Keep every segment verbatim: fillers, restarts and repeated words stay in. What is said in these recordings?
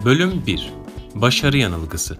Bölüm bir. Başarı yanılgısı.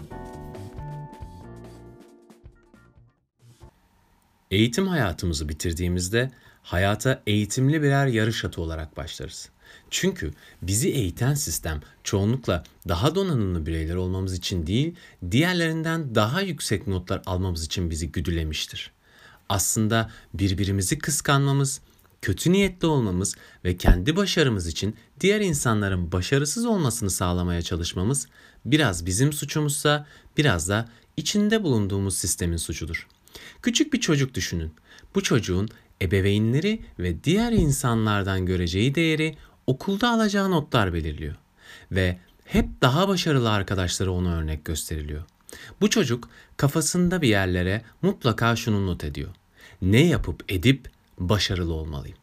Eğitim hayatımızı bitirdiğimizde hayata eğitimli birer yarış atı olarak başlarız. Çünkü bizi eğiten sistem çoğunlukla daha donanımlı bireyler olmamız için değil, diğerlerinden daha yüksek notlar almamız için bizi güdülemiştir. Aslında birbirimizi kıskanmamız, kötü niyetli olmamız ve kendi başarımız için diğer insanların başarısız olmasını sağlamaya çalışmamız biraz bizim suçumuzsa biraz da içinde bulunduğumuz sistemin suçudur. Küçük bir çocuk düşünün. Bu çocuğun ebeveynleri ve diğer insanlardan göreceği değeri okulda alacağı notlar belirliyor. Ve hep daha başarılı arkadaşları ona örnek gösteriliyor. Bu çocuk kafasında bir yerlere mutlaka şunu not ediyor: ne yapıp edip başarılı olmalıyım.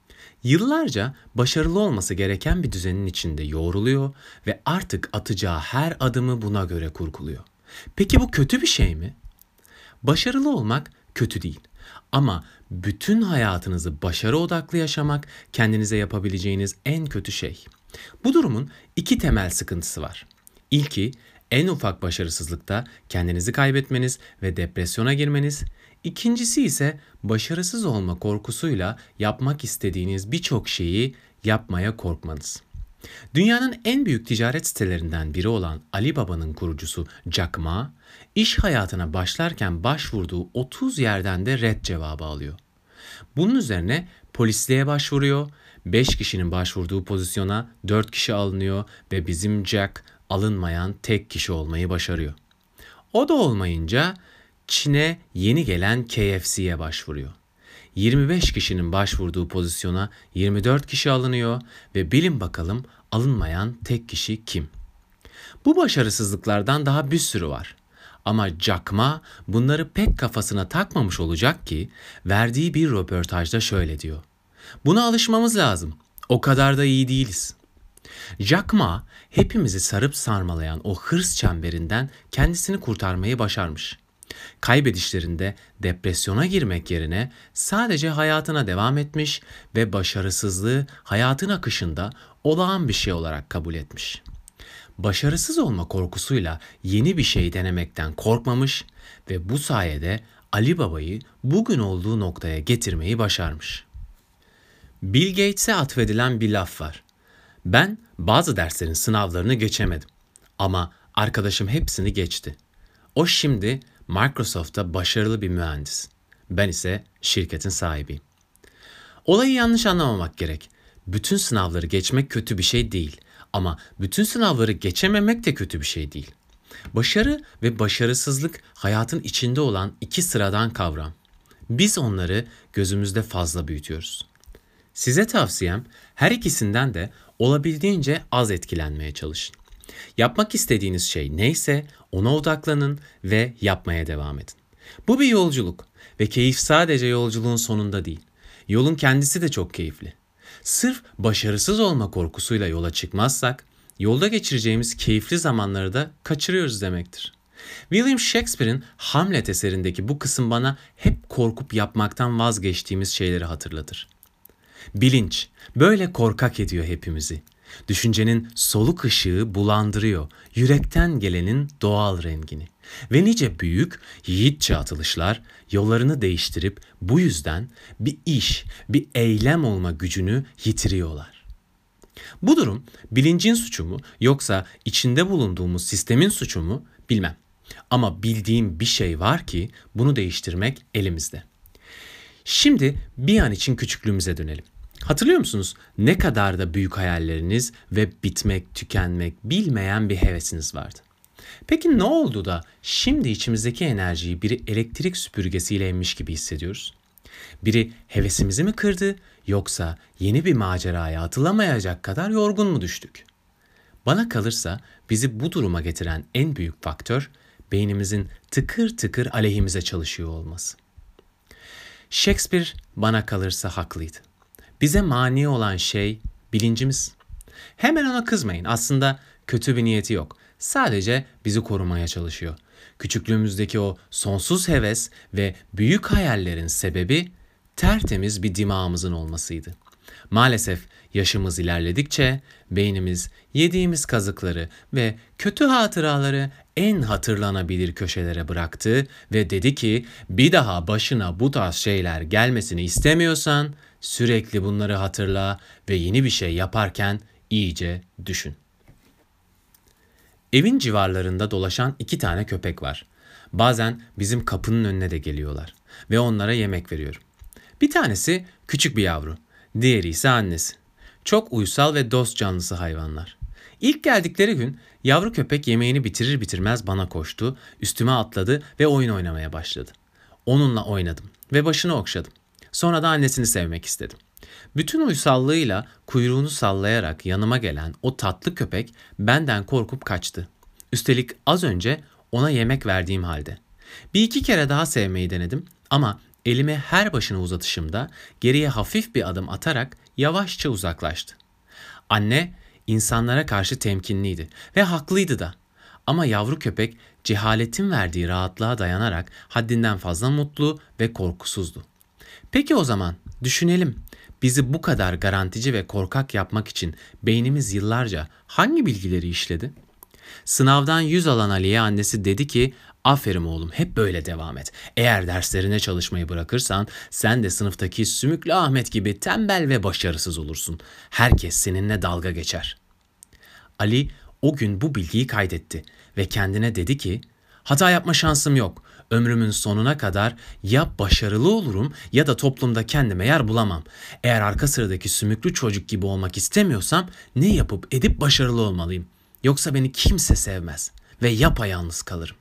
Yıllarca başarılı olması gereken bir düzenin içinde yoğruluyor ve artık atacağı her adımı buna göre kurguluyor. Peki bu kötü bir şey mi? Başarılı olmak kötü değil. Ama bütün hayatınızı başarı odaklı yaşamak kendinize yapabileceğiniz en kötü şey. Bu durumun iki temel sıkıntısı var. İlki, en ufak başarısızlıkta kendinizi kaybetmeniz ve depresyona girmeniz. İkincisi ise başarısız olma korkusuyla yapmak istediğiniz birçok şeyi yapmaya korkmanız. Dünyanın en büyük ticaret sitelerinden biri olan Alibaba'nın kurucusu Jack Ma, iş hayatına başlarken başvurduğu otuz yerden de red cevabı alıyor. Bunun üzerine polisliğe başvuruyor, beş kişinin başvurduğu pozisyona dört kişi alınıyor ve bizim Jack alınmayan tek kişi olmayı başarıyor. O da olmayınca Çin'e yeni gelen K F C'ye başvuruyor. yirmi beş kişinin başvurduğu pozisyona yirmi dört kişi alınıyor ve bilin bakalım alınmayan tek kişi kim? Bu başarısızlıklardan daha bir sürü var. Ama Jack Ma bunları pek kafasına takmamış olacak ki verdiği bir röportajda şöyle diyor: buna alışmamız lazım. O kadar da iyi değiliz. Jack Ma hepimizi sarıp sarmalayan o hırs çemberinden kendisini kurtarmayı başarmış. Kaybedişlerinde depresyona girmek yerine sadece hayatına devam etmiş ve başarısızlığı hayatın akışında olağan bir şey olarak kabul etmiş. Başarısız olma korkusuyla yeni bir şey denemekten korkmamış ve bu sayede Alibaba'yı bugün olduğu noktaya getirmeyi başarmış. Bill Gates'e atfedilen bir laf var: ben bazı derslerin sınavlarını geçemedim ama arkadaşım hepsini geçti. O şimdi Microsoft'ta başarılı bir mühendis. Ben ise şirketin sahibiyim. Olayı yanlış anlamamak gerek. Bütün sınavları geçmek kötü bir şey değil. Ama bütün sınavları geçememek de kötü bir şey değil. Başarı ve başarısızlık hayatın içinde olan iki sıradan kavram. Biz onları gözümüzde fazla büyütüyoruz. Size tavsiyem, her ikisinden de olabildiğince az etkilenmeye çalışın. Yapmak istediğiniz şey neyse ona odaklanın ve yapmaya devam edin. Bu bir yolculuk ve keyif sadece yolculuğun sonunda değil. Yolun kendisi de çok keyifli. Sırf başarısız olma korkusuyla yola çıkmazsak, yolda geçireceğimiz keyifli zamanları da kaçırıyoruz demektir. William Shakespeare'in Hamlet eserindeki bu kısım bana hep korkup yapmaktan vazgeçtiğimiz şeyleri hatırlatır. Bilinç böyle korkak ediyor hepimizi. Düşüncenin soluk ışığı bulandırıyor yürekten gelenin doğal rengini. Ve nice büyük, yiğitçe atılışlar yollarını değiştirip bu yüzden bir iş, bir eylem olma gücünü yitiriyorlar. Bu durum bilincin suçu mu yoksa içinde bulunduğumuz sistemin suçu mu bilmem. Ama bildiğim bir şey var ki bunu değiştirmek elimizde. Şimdi bir an için küçüklüğümüze dönelim. Hatırlıyor musunuz? Ne kadar da büyük hayalleriniz ve bitmek, tükenmek bilmeyen bir hevesiniz vardı. Peki ne oldu da şimdi içimizdeki enerjiyi biri elektrik süpürgesiyle emmiş gibi hissediyoruz? Biri hevesimizi mi kırdı yoksa yeni bir maceraya atılamayacak kadar yorgun mu düştük? Bana kalırsa bizi bu duruma getiren en büyük faktör beynimizin tıkır tıkır aleyhimize çalışıyor olması. Shakespeare bana kalırsa haklıydı. Bize mani olan şey bilincimiz. Hemen ona kızmayın. Aslında kötü bir niyeti yok. Sadece bizi korumaya çalışıyor. Küçüklüğümüzdeki o sonsuz heves ve büyük hayallerin sebebi tertemiz bir dimağımızın olmasıydı. Maalesef Yaşımız ilerledikçe beynimiz yediğimiz kazıkları ve kötü hatıraları en hatırlanabilir köşelere bıraktı ve dedi ki bir daha başına bu tarz şeyler gelmesini istemiyorsan sürekli bunları hatırla ve yeni bir şey yaparken iyice düşün. Evin civarlarında dolaşan iki tane köpek var. Bazen bizim kapının önüne de geliyorlar ve onlara yemek veriyorum. Bir tanesi küçük bir yavru, diğeri ise annesi. Çok uysal ve dost canlısı hayvanlar. İlk geldikleri gün yavru köpek yemeğini bitirir bitirmez bana koştu, üstüme atladı ve oyun oynamaya başladı. Onunla oynadım ve başını okşadım. Sonra da annesini sevmek istedim. Bütün uysallığıyla kuyruğunu sallayarak yanıma gelen o tatlı köpek benden korkup kaçtı. Üstelik az önce ona yemek verdiğim halde. Bir iki kere daha sevmeyi denedim ama elimi her başına uzatışımda geriye hafif bir adım atarak yavaşça uzaklaştı. Anne insanlara karşı temkinliydi ve haklıydı da. Ama yavru köpek cehaletin verdiği rahatlığa dayanarak haddinden fazla mutlu ve korkusuzdu. Peki o zaman düşünelim. Bizi bu kadar garantici ve korkak yapmak için beynimiz yıllarca hangi bilgileri işledi? Sınavdan yüz alan Ali'ye annesi dedi ki, "Aferin oğlum, hep böyle devam et. Eğer derslerine çalışmayı bırakırsan sen de sınıftaki Sümüklü Ahmet gibi tembel ve başarısız olursun. Herkes seninle dalga geçer." Ali o gün bu bilgiyi kaydetti ve kendine dedi ki, "Hata yapma şansım yok. Ömrümün sonuna kadar ya başarılı olurum ya da toplumda kendime yer bulamam. Eğer arka sıradaki sümüklü çocuk gibi olmak istemiyorsam ne yapıp edip başarılı olmalıyım. Yoksa beni kimse sevmez ve yapayalnız kalırım."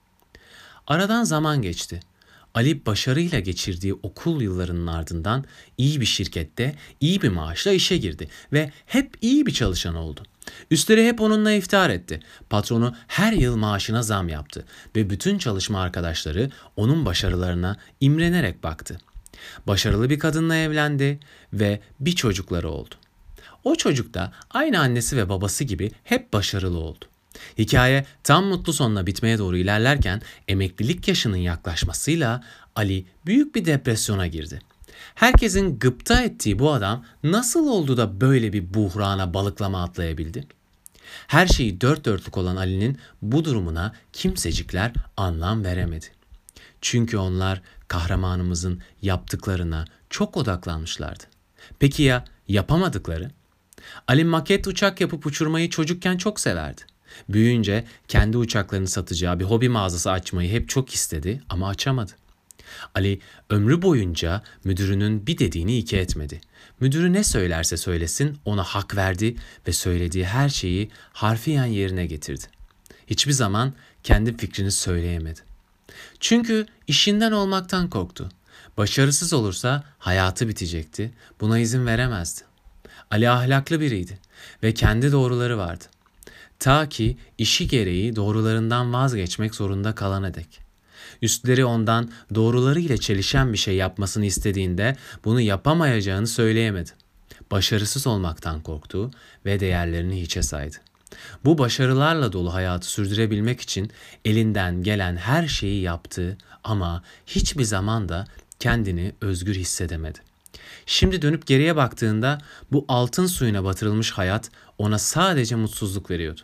Aradan zaman geçti. Ali başarıyla geçirdiği okul yıllarının ardından iyi bir şirkette iyi bir maaşla işe girdi ve hep iyi bir çalışan oldu. Üstleri hep onunla iftihar etti. Patronu her yıl maaşına zam yaptı ve bütün çalışma arkadaşları onun başarılarına imrenerek baktı. Başarılı bir kadınla evlendi ve bir çocukları oldu. O çocuk da aynı annesi ve babası gibi hep başarılı oldu. Hikaye tam mutlu sonla bitmeye doğru ilerlerken emeklilik yaşının yaklaşmasıyla Ali büyük bir depresyona girdi. Herkesin gıpta ettiği bu adam nasıl oldu da böyle bir buhrana balıklama atlayabildi? Her şeyi dört dörtlük olan Ali'nin bu durumuna kimsecikler anlam veremedi. Çünkü onlar kahramanımızın yaptıklarına çok odaklanmışlardı. Peki ya yapamadıkları? Ali maket uçak yapıp uçurmayı çocukken çok severdi. Büyüyünce kendi uçaklarını satacağı bir hobi mağazası açmayı hep çok istedi ama açamadı. Ali ömrü boyunca müdürünün bir dediğini iki etmedi. Müdürü ne söylerse söylesin ona hak verdi ve söylediği her şeyi harfiyen yerine getirdi. Hiçbir zaman kendi fikrini söyleyemedi. Çünkü işinden olmaktan korktu. Başarısız olursa hayatı bitecekti. Buna izin veremezdi. Ali ahlaklı biriydi ve kendi doğruları vardı. Ta ki işi gereği doğrularından vazgeçmek zorunda kalana dek. Üstleri ondan doğrularıyla çelişen bir şey yapmasını istediğinde bunu yapamayacağını söyleyemedi. Başarısız olmaktan korktu ve değerlerini hiçe saydı. Bu başarılarla dolu hayatı sürdürebilmek için elinden gelen her şeyi yaptı ama hiçbir zaman da kendini özgür hissedemedi. Şimdi dönüp geriye baktığında bu altın suyuna batırılmış hayat ona sadece mutsuzluk veriyordu.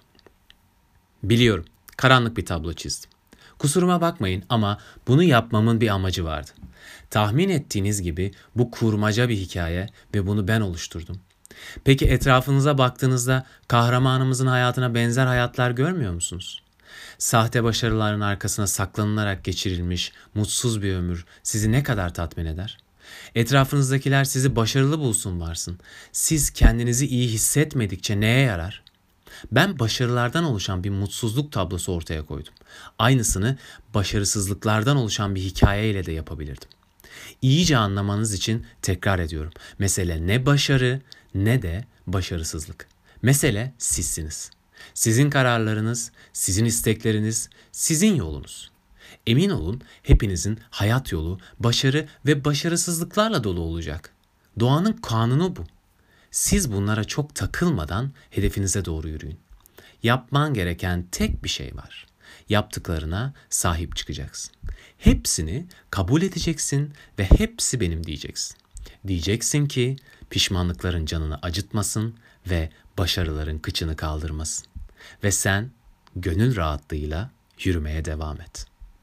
Biliyorum, karanlık bir tablo çizdim. Kusuruma bakmayın ama bunu yapmamın bir amacı vardı. Tahmin ettiğiniz gibi bu kurmaca bir hikaye ve bunu ben oluşturdum. Peki etrafınıza baktığınızda kahramanımızın hayatına benzer hayatlar görmüyor musunuz? Sahte başarıların arkasına saklanılarak geçirilmiş mutsuz bir ömür sizi ne kadar tatmin eder? Etrafınızdakiler sizi başarılı bulsun varsın. Siz kendinizi iyi hissetmedikçe neye yarar? Ben başarılardan oluşan bir mutsuzluk tablosu ortaya koydum. Aynısını başarısızlıklardan oluşan bir hikayeyle de yapabilirdim. İyice anlamanız için tekrar ediyorum. Mesele ne başarı ne de başarısızlık. Mesele sizsiniz. Sizin kararlarınız, sizin istekleriniz, sizin yolunuz. Emin olun hepinizin hayat yolu, başarı ve başarısızlıklarla dolu olacak. Doğanın kanunu bu. Siz bunlara çok takılmadan hedefinize doğru yürüyün. Yapman gereken tek bir şey var. Yaptıklarına sahip çıkacaksın. Hepsini kabul edeceksin ve hepsi benim diyeceksin. Diyeceksin ki pişmanlıkların canını acıtmasın ve başarıların kıçını kaldırmasın. Ve sen gönül rahatlığıyla yürümeye devam et.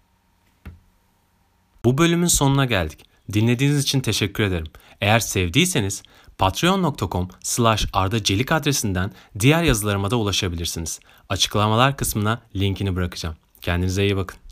Bu bölümün sonuna geldik. Dinlediğiniz için teşekkür ederim. Eğer sevdiyseniz patreon nokta com slash arda celik adresinden diğer yazılarıma da ulaşabilirsiniz. Açıklamalar kısmına linkini bırakacağım. Kendinize iyi bakın.